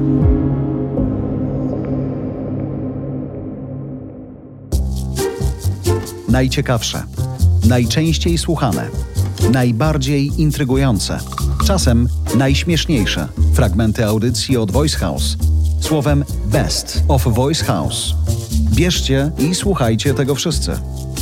Najciekawsze, najczęściej słuchane, najbardziej intrygujące, czasem najśmieszniejsze fragmenty audycji od Voice House. Słowem Best of Voice House. Bierzcie i słuchajcie tego wszyscy.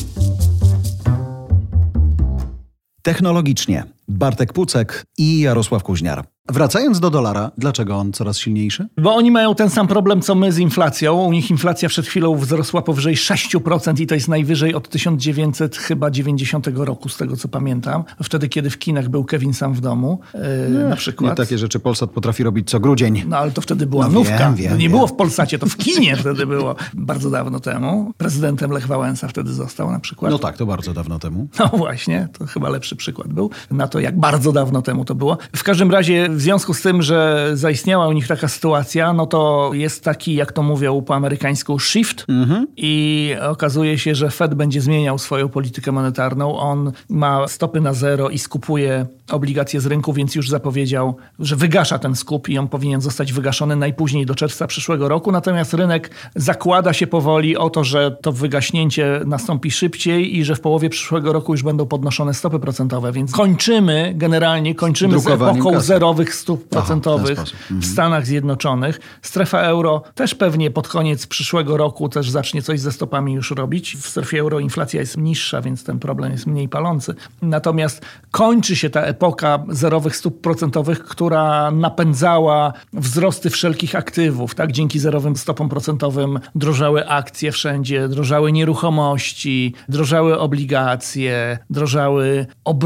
Technologicznie Bartek Pucek i Jarosław Kuźniar. Wracając do dolara, dlaczego on coraz silniejszy? Bo oni mają ten sam problem, co my z inflacją. U nich inflacja przed chwilą wzrosła powyżej 6% i to jest najwyżej od 1990 roku, z tego co pamiętam. Wtedy, kiedy w kinach był Kevin sam w domu, na przykład. Nie takie rzeczy Polsat potrafi robić co grudzień. No ale to wtedy była nówka. Nie było w Polsacie, to w kinie wtedy było. Bardzo dawno temu. Prezydentem Lech Wałęsa wtedy został na przykład. No tak, to bardzo dawno temu. No właśnie, to chyba lepszy przykład był na to, jak bardzo dawno temu to było. W każdym razie w związku z tym, że zaistniała u nich taka sytuacja, no to jest taki, jak to mówią po amerykańsku, shift i okazuje się, że Fed będzie zmieniał swoją politykę monetarną. On ma stopy na zero i skupuje obligacje z rynku, więc już zapowiedział, że wygasza ten skup i on powinien zostać wygaszony najpóźniej do czerwca przyszłego roku. Natomiast rynek zakłada się powoli o to, że to wygaśnięcie nastąpi szybciej i że w połowie przyszłego roku już będą podnoszone stopy procentowe. Więc generalnie kończymy z epoką zerowych stóp procentowych w Stanach Zjednoczonych. Strefa euro też pewnie pod koniec przyszłego roku też zacznie coś ze stopami już robić. W strefie euro inflacja jest niższa, więc ten problem jest mniej palący. Natomiast kończy się ta epoka zerowych stóp procentowych, która napędzała wzrosty wszelkich aktywów. Tak? Dzięki zerowym stopom procentowym drożały akcje wszędzie, drożały nieruchomości, drożały obligacje, drożały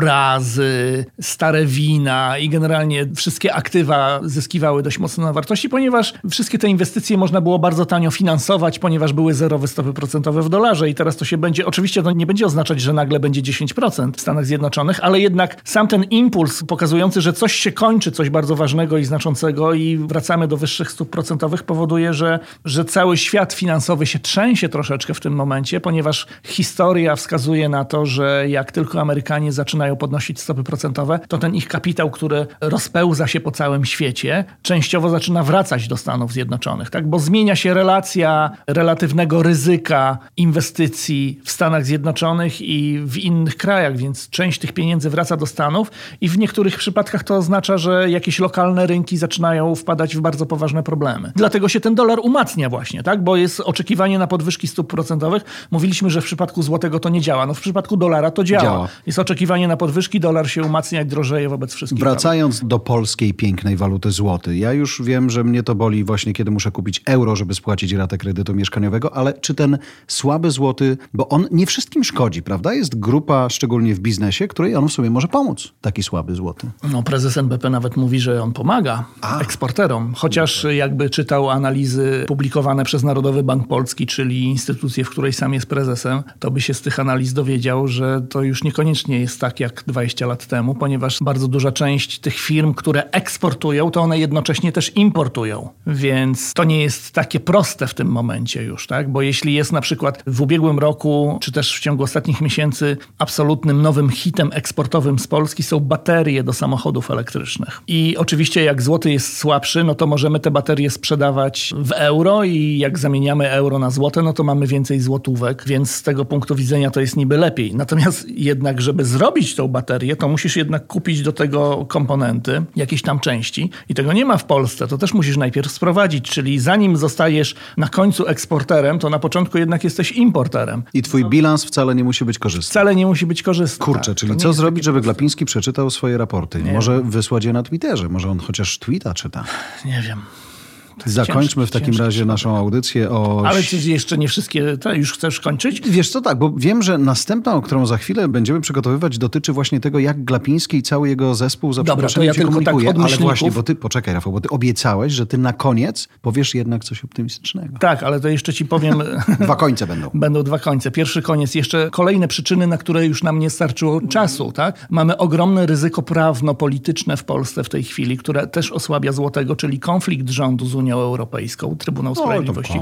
obrazy, stare wina i generalnie wszystkie aktywa zyskiwały dość mocno na wartości, ponieważ wszystkie te inwestycje można było bardzo tanio finansować, ponieważ były zerowe stopy procentowe w dolarze i teraz to się będzie, oczywiście to nie będzie oznaczać, że nagle będzie 10% w Stanach Zjednoczonych, ale jednak sam ten impuls pokazujący, że coś się kończy, coś bardzo ważnego i znaczącego i wracamy do wyższych stóp procentowych powoduje, że cały świat finansowy się trzęsie troszeczkę w tym momencie, ponieważ historia wskazuje na to, że jak tylko Amerykanie zaczynają podnosić stopy procentowe, to ten ich kapitał, który rozpełza się po całym świecie, częściowo zaczyna wracać do Stanów Zjednoczonych, tak? Bo zmienia się relacja relatywnego ryzyka inwestycji w Stanach Zjednoczonych i w innych krajach, więc część tych pieniędzy wraca do Stanów i w niektórych przypadkach to oznacza, że jakieś lokalne rynki zaczynają wpadać w bardzo poważne problemy. Dlatego się ten dolar umacnia właśnie, tak? Bo jest oczekiwanie na podwyżki stóp procentowych. Mówiliśmy, że w przypadku złotego to nie działa. No w przypadku dolara to działa. Jest oczekiwanie na podwyżki, dolar się umacnia i drożeje wobec wszystkich. Wracając do polskiej pięknej waluty złoty. Ja już wiem, że mnie to boli właśnie, kiedy muszę kupić euro, żeby spłacić ratę kredytu mieszkaniowego, ale czy ten słaby złoty, bo on nie wszystkim szkodzi, prawda? Jest grupa, szczególnie w biznesie, której on w sumie może pomóc, taki słaby złoty. No, prezes NBP nawet mówi, że on pomaga eksporterom, chociaż jakby czytał analizy publikowane przez Narodowy Bank Polski, czyli instytucję, w której sam jest prezesem, to by się z tych analiz dowiedział, że to już niekoniecznie jest tak jak 20 lat temu, ponieważ bardzo duża część tych firm, które eksportują, to one jednocześnie też importują. Więc to nie jest takie proste w tym momencie już, tak? Bo jeśli jest na przykład w ubiegłym roku, czy też w ciągu ostatnich miesięcy absolutnym nowym hitem eksportowym z Polski są baterie do samochodów elektrycznych. I oczywiście jak złoty jest słabszy, no to możemy te baterie sprzedawać w euro i jak zamieniamy euro na złote, no to mamy więcej złotówek, więc z tego punktu widzenia to jest niby lepiej. Natomiast jednak, żeby zrobić tą baterię, to musisz jednak kupić do tego komponenty, jakieś tam części i tego nie ma w Polsce. To też musisz najpierw sprowadzić, czyli zanim zostajesz na końcu eksporterem, to na początku jednak jesteś importerem. I twój bilans wcale nie musi być korzystny. Wcale nie musi być korzystny. Kurczę, tak. Czyli co zrobić, żeby Glapiński przeczytał swoje raporty? Nie może wysłać je na Twitterze, może on chociaż tweeta czyta. Nie wiem. Zakończmy w takim razie naszą audycję o... Ale czy jeszcze nie wszystkie, to już chcesz kończyć? Wiesz co, tak, bo wiem, że następna, którą za chwilę będziemy przygotowywać, dotyczy właśnie tego, jak Glapiński i cały jego zespół za przeproszeniem się komunikuje. Tak, ale właśnie, bo ty, poczekaj Rafał, bo ty obiecałeś, że ty na koniec powiesz jednak coś optymistycznego. Tak, ale to jeszcze ci powiem... 2 końce będą. Będą 2 końce. Pierwszy koniec, jeszcze kolejne przyczyny, na które już nam nie starczyło czasu, tak? Mamy ogromne ryzyko prawno-polityczne w Polsce w tej chwili, które też osłabia złotego, czyli konflikt rządu z Unią Europejską, Trybunał Sprawiedliwości.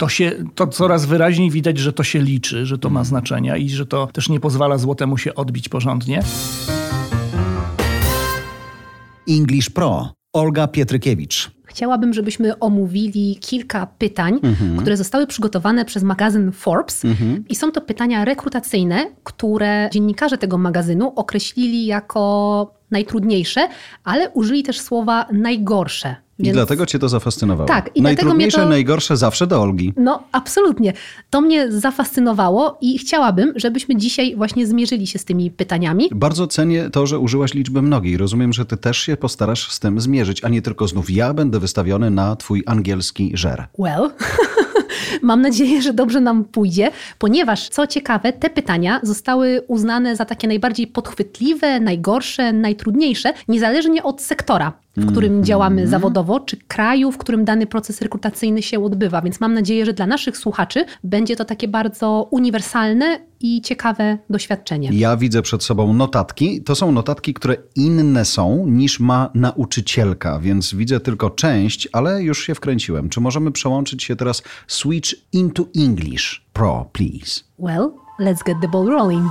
To coraz wyraźniej widać, że to się liczy, że to ma znaczenia i że to też nie pozwala złotemu się odbić porządnie. English Pro. Olga Pietrykiewicz. chciałabym, żebyśmy omówili kilka pytań, które zostały przygotowane przez magazyn Forbes. I są to pytania rekrutacyjne, które dziennikarze tego magazynu określili jako najtrudniejsze, ale użyli też słowa najgorsze. I dlatego cię to zafascynowało. Tak. I najtrudniejsze, dlatego najgorsze zawsze do Olgi. No, absolutnie. To mnie zafascynowało i chciałabym, żebyśmy dzisiaj właśnie zmierzyli się z tymi pytaniami. Bardzo cenię to, że użyłaś liczby mnogiej. Rozumiem, że ty też się postarasz z tym zmierzyć, a nie tylko znów ja będę wystawiony na twój angielski żer. Well... Mam nadzieję, że dobrze nam pójdzie, ponieważ, co ciekawe, te pytania zostały uznane za takie najbardziej podchwytliwe, najgorsze, najtrudniejsze, niezależnie od sektora, w którym działamy zawodowo, czy kraju, w którym dany proces rekrutacyjny się odbywa. Więc mam nadzieję, że dla naszych słuchaczy będzie to takie bardzo uniwersalne i ciekawe doświadczenie. Ja widzę przed sobą notatki. To są notatki, które inne są niż ma nauczycielka, więc widzę tylko część, ale już się wkręciłem. Czy możemy przełączyć się teraz switch into English? Pro, please. Well, let's get the ball rolling.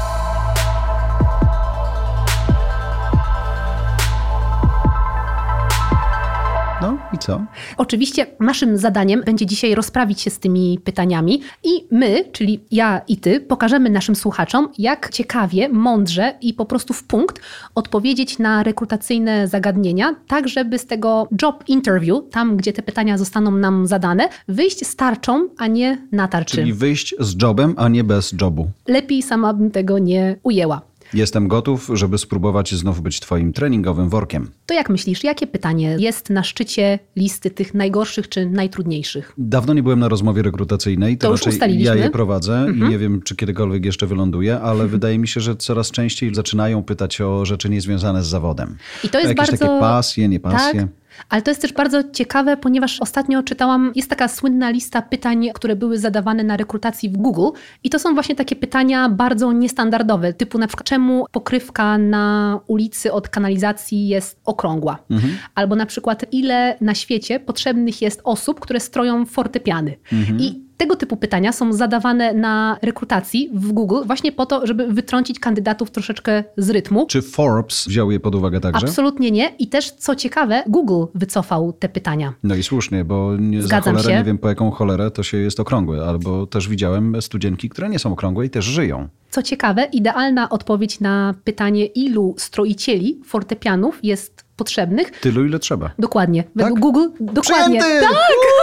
No i co? Oczywiście naszym zadaniem będzie dzisiaj rozprawić się z tymi pytaniami i my, czyli ja i ty, pokażemy naszym słuchaczom, jak ciekawie, mądrze i po prostu w punkt odpowiedzieć na rekrutacyjne zagadnienia, tak żeby z tego job interview, tam gdzie te pytania zostaną nam zadane, wyjść z tarczą, a nie na tarczy. Czyli wyjść z jobem, a nie bez jobu. Lepiej sama bym tego nie ujęła. Jestem gotów, żeby spróbować znów być twoim treningowym workiem. To jak myślisz, jakie pytanie jest na szczycie listy tych najgorszych czy najtrudniejszych? Dawno nie byłem na rozmowie rekrutacyjnej, to już raczej ustaliliśmy. ja je prowadzę i nie wiem, czy kiedykolwiek jeszcze wyląduję, ale wydaje mi się, że coraz częściej zaczynają pytać o rzeczy niezwiązane z zawodem. I to jest jakieś bardzo... takie pasje, nie pasje. Tak. Ale to jest też bardzo ciekawe, ponieważ ostatnio czytałam, jest taka słynna lista pytań, które były zadawane na rekrutacji w Google i to są właśnie takie pytania bardzo niestandardowe, typu na przykład czemu pokrywka na ulicy od kanalizacji jest okrągła? Albo na przykład ile na świecie potrzebnych jest osób, które stroją fortepiany? I tego typu pytania są zadawane na rekrutacji w Google właśnie po to, żeby wytrącić kandydatów troszeczkę z rytmu. Czy Forbes wziął je pod uwagę także? Absolutnie nie. I też, co ciekawe, Google wycofał te pytania. No i słusznie, bo za Zgadzam cholerę się. nie wiem po jaką cholerę to się jest okrągłe. Albo też widziałem studzienki, które nie są okrągłe i też żyją. Co ciekawe, idealna odpowiedź na pytanie, ilu stroicieli fortepianów jest potrzebnych. Tylu, ile trzeba. Dokładnie. Według Tak? Google. Dokładnie. Przyjęty! Tak!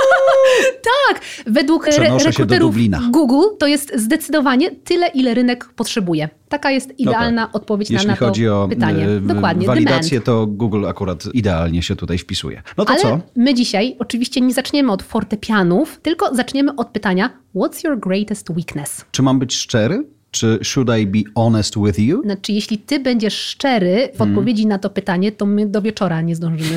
Tak! Według Przenoszę się do rekruterów Dublina. Google to jest zdecydowanie tyle, ile rynek potrzebuje. Taka jest idealna odpowiedź Jeśli na to chodzi o pytanie. Dokładnie. walidację, Demand. to Google akurat idealnie się tutaj wpisuje. No to Ale co? my dzisiaj oczywiście nie zaczniemy od fortepianów, tylko zaczniemy od pytania what's your greatest weakness? Czy mam być szczery? Czy should I be honest with you? Znaczy, jeśli ty będziesz szczery w odpowiedzi na to pytanie, to my do wieczora nie zdążymy.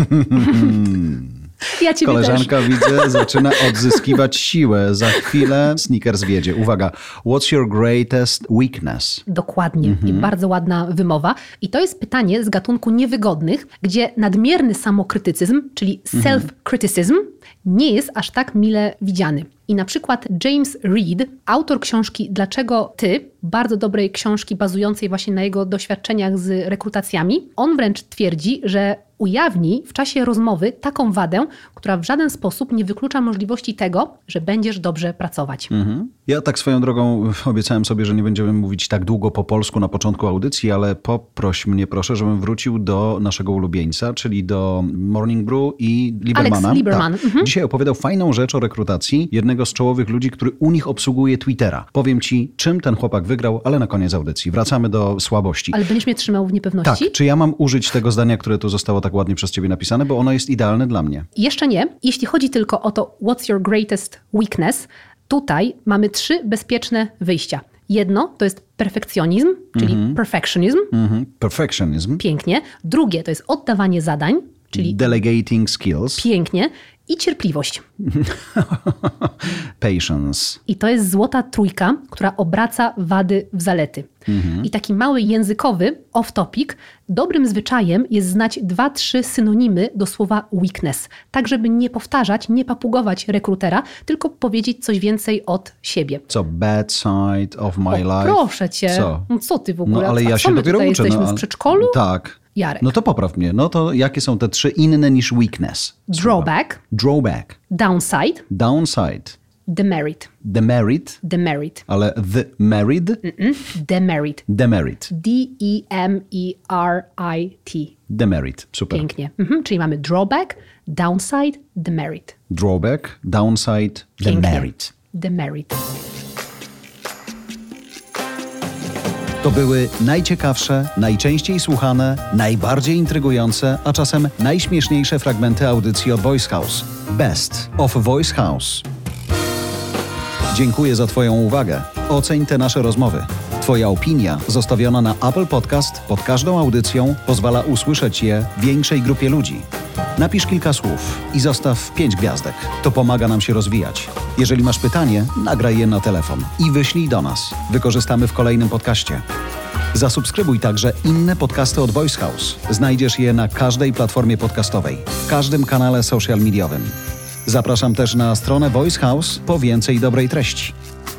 Ja ciebie Koleżanka, też. widzę, zaczyna odzyskiwać siłę. Za chwilę Snickers wiedzie. Uwaga, what's your greatest weakness? Dokładnie. I bardzo ładna wymowa. I to jest pytanie z gatunku niewygodnych, gdzie nadmierny samokrytycyzm, czyli self-criticism, nie jest aż tak mile widziany. I na przykład James Reed, autor książki Dlaczego ty? Bardzo dobrej książki bazującej właśnie na jego doświadczeniach z rekrutacjami, on wręcz twierdzi, że ujawni w czasie rozmowy taką wadę, która w żaden sposób nie wyklucza możliwości tego, że będziesz dobrze pracować. Ja tak swoją drogą obiecałem sobie, że nie będziemy mówić tak długo po polsku na początku audycji, ale poproś mnie proszę, żebym wrócił do naszego ulubieńca, czyli do Morning Brew i Liebermana. Alex Lieberman. Tak. Dzisiaj opowiadał fajną rzecz o rekrutacji jednego z czołowych ludzi, który u nich obsługuje Twittera. Powiem ci, czym ten chłopak wygrał, ale na koniec audycji. Wracamy do słabości. Ale będziesz mnie trzymał w niepewności? Tak, czy ja mam użyć tego zdania, które tu zostało tak ładnie przez ciebie napisane, bo ono jest idealne dla mnie. Jeszcze nie. Jeśli chodzi tylko o to, what's your greatest weakness, tutaj mamy 3 bezpieczne wyjścia. Jedno to jest perfekcjonizm, czyli perfectionism. Perfectionism. Pięknie. Drugie to jest oddawanie zadań, czyli Delegating skills. pięknie. I cierpliwość. Patience. I to jest złota trójka, która obraca wady w zalety. I taki mały językowy off-topic, dobrym zwyczajem jest znać 2-3 synonimy do słowa weakness, tak żeby nie powtarzać, nie papugować rekrutera, tylko powiedzieć coś więcej od siebie. Co? Bad side of my life. Proszę cię. Co? No co ty w ogóle? No ale A ja co się my dopiero tutaj uczę. jesteśmy no, w przedszkolu? Tak. Jarek. No to popraw mnie. No to jakie są te 3 inne niż weakness? Drawback, Drawback, downside, downside, demerit. demerit, Demerit. ale the merit, Demerit. demerit, D-E-M-E-R-I-T. demerit. Super. Pięknie. Czyli mamy drawback, downside, demerit. Drawback, downside, Pięknie. demerit. Demerit. To były najciekawsze, najczęściej słuchane, najbardziej intrygujące, a czasem najśmieszniejsze fragmenty audycji od Voice House. Best of Voice House. Dziękuję za Twoją uwagę. Oceń te nasze rozmowy. Twoja opinia zostawiona na Apple Podcast pod każdą audycją pozwala usłyszeć je większej grupie ludzi. Napisz kilka słów i zostaw 5 gwiazdek. To pomaga nam się rozwijać. Jeżeli masz pytanie, nagraj je na telefon i wyślij do nas. Wykorzystamy w kolejnym podcaście. Zasubskrybuj także inne podcasty od Voice House. Znajdziesz je na każdej platformie podcastowej, w każdym kanale social mediowym. Zapraszam też na stronę Voice House po więcej dobrej treści.